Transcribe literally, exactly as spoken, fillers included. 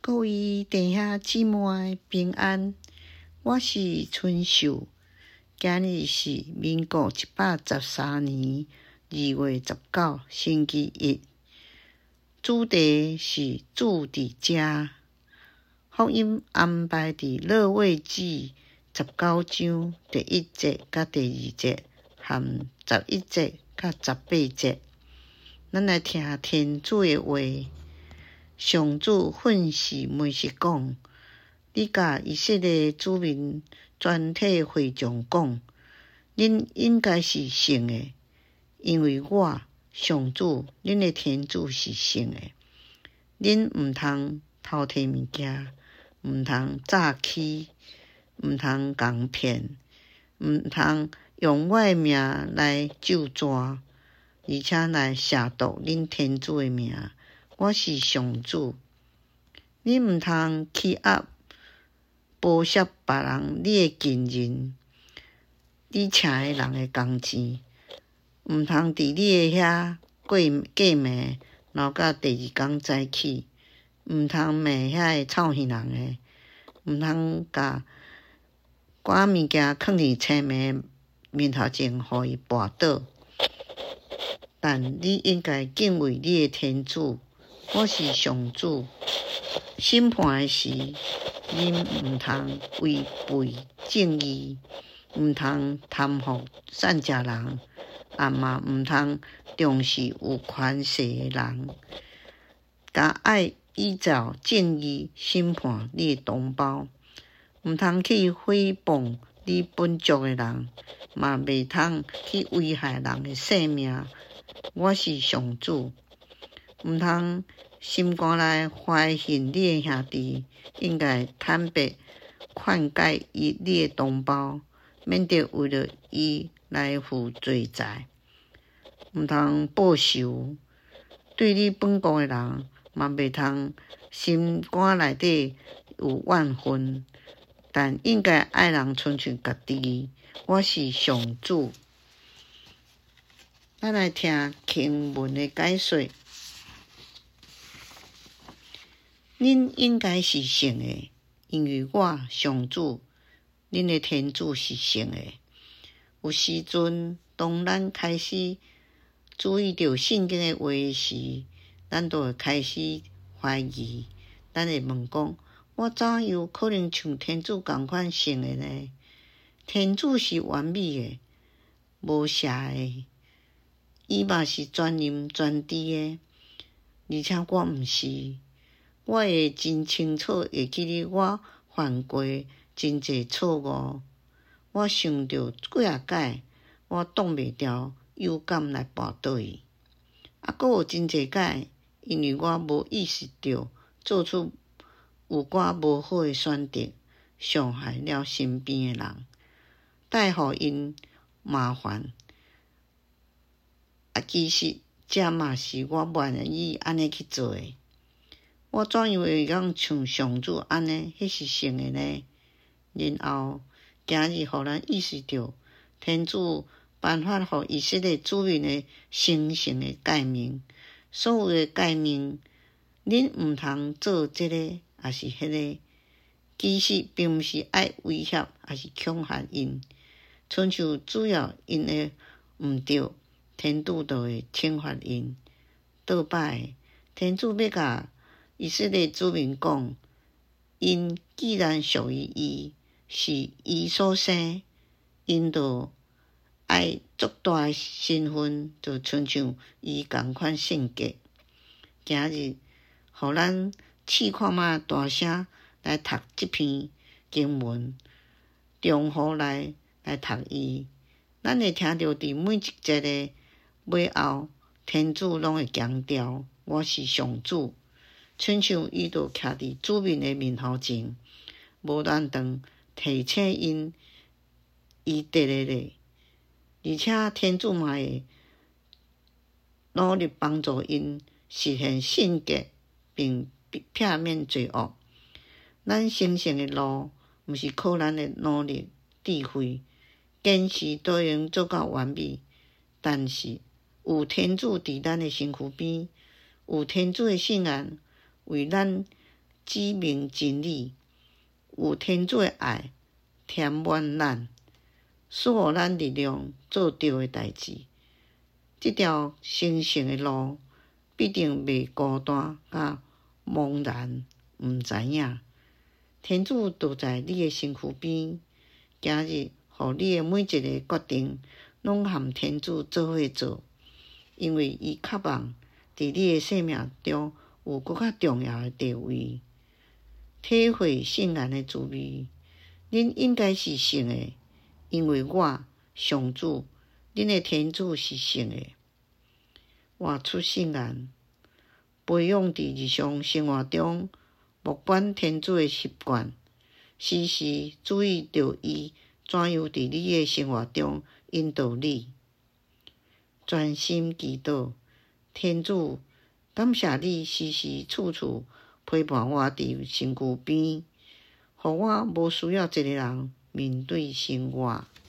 各位弟兄姊妹平安，我是春秀。今日是民国一百十三年二月十九星期一，主题是主伫遮。福音安排伫勒位记十九章第一节甲第二节，含十一节甲十八节。咱来听天主的话。上主训示梅瑟讲：你甲以色列子民全体会众讲，恁应该是圣的，因为我上主恁的天主是圣的。恁毋通偷摕物件，毋通诈欺，毋通共骗，毋通用我的名来咒詛，而且来亵渎恁天主的名。我是上主，你毋通欺压、剥削别人你的金银，你请的人的工钱，毋通伫你的遐过过暝，留到第二天早起，毋通骂遐个臭耳人的，毋通甲赶物件囥伫青妹面头前，互伊绊倒。但你应该敬畏你的天主。我是上主，审判的时，恁毋通违背正义，毋通贪腐善食人，也嘛毋通重视有权势的人。甲爱依照正义审判你的同胞，毋通去诽谤你本族的人，嘛袂通去危害人的性命。我是上主。毋通心肝内怀恨你的兄弟，应该坦白劝解伊你的同胞，免得为了伊来负罪债。毋通报仇，对你本国的人，嘛袂通心肝内底有怨恨，但应该爱人亲像家己。我是上主。咱来听经文的解说。恁应该是圣的，因为我上主，恁的天主是圣的。有时阵，当咱开始注意到圣经的话时，咱就会开始怀疑。咱会问讲：我怎样可能像天主同款圣的呢？天主是完美的，无瑕的，伊嘛是全能全知的，而且我毋是。我会真清楚会记得我犯过真侪错误，我想着几啊摆，我挡袂牢幽感来跋倒伊。啊，阁有真侪摆，因为我无意识到做出有寡无好诶选择，伤害了身边诶人，带互因麻烦。啊，其实这嘛是我不愿意安尼去做诶。我怎样会讲像上主安尼，迄是圣的呢？然后今日互咱意识到，天主颁发互以色列子民的神圣的诫命，所有的诫命，恁毋通做这个，也是迄个。其实并毋是爱威胁，也是恐吓因。亲像主要因的毋对，天主就会惩罚因。倒摆，天主要甲以色列子民讲，因既然属于伊，是伊所生，因就爱足大的身份，就亲像伊同款性格。今日，互咱试看觅大声来读这篇经文，中午来来读伊，咱会听到伫每一节的尾后，天主拢会强调：我是上主。亲像伊就徛伫子民的面头前，无乱断提醒因伊得的咧，而且天主嘛会努力帮助因实现圣洁，并避免罪恶。咱成圣的路，毋是靠咱的努力、智慧、坚持都用做到完美，但是有天主伫咱的身躯边，有天主的信仰为咱指明真理，有天主的爱填满咱，赐予咱力量做对的代志。这条神圣的路必定袂孤单甲茫然，毋知影天主就在你的身躯边。今日，互你的每一个决定，拢含天主做伙做，因为伊渴望伫你的生命中有搁较重要的地位。体会圣言的滋味，恁应该是圣的，因为我上主，恁的天主是圣的。活出圣言，培养伫日常生活中默观天主的习惯，时时注意着伊怎样伫你的生活中引导你。专心祈祷，天主，感谢你时时处处陪伴我伫身躯边，互我无需要一个人面对生活。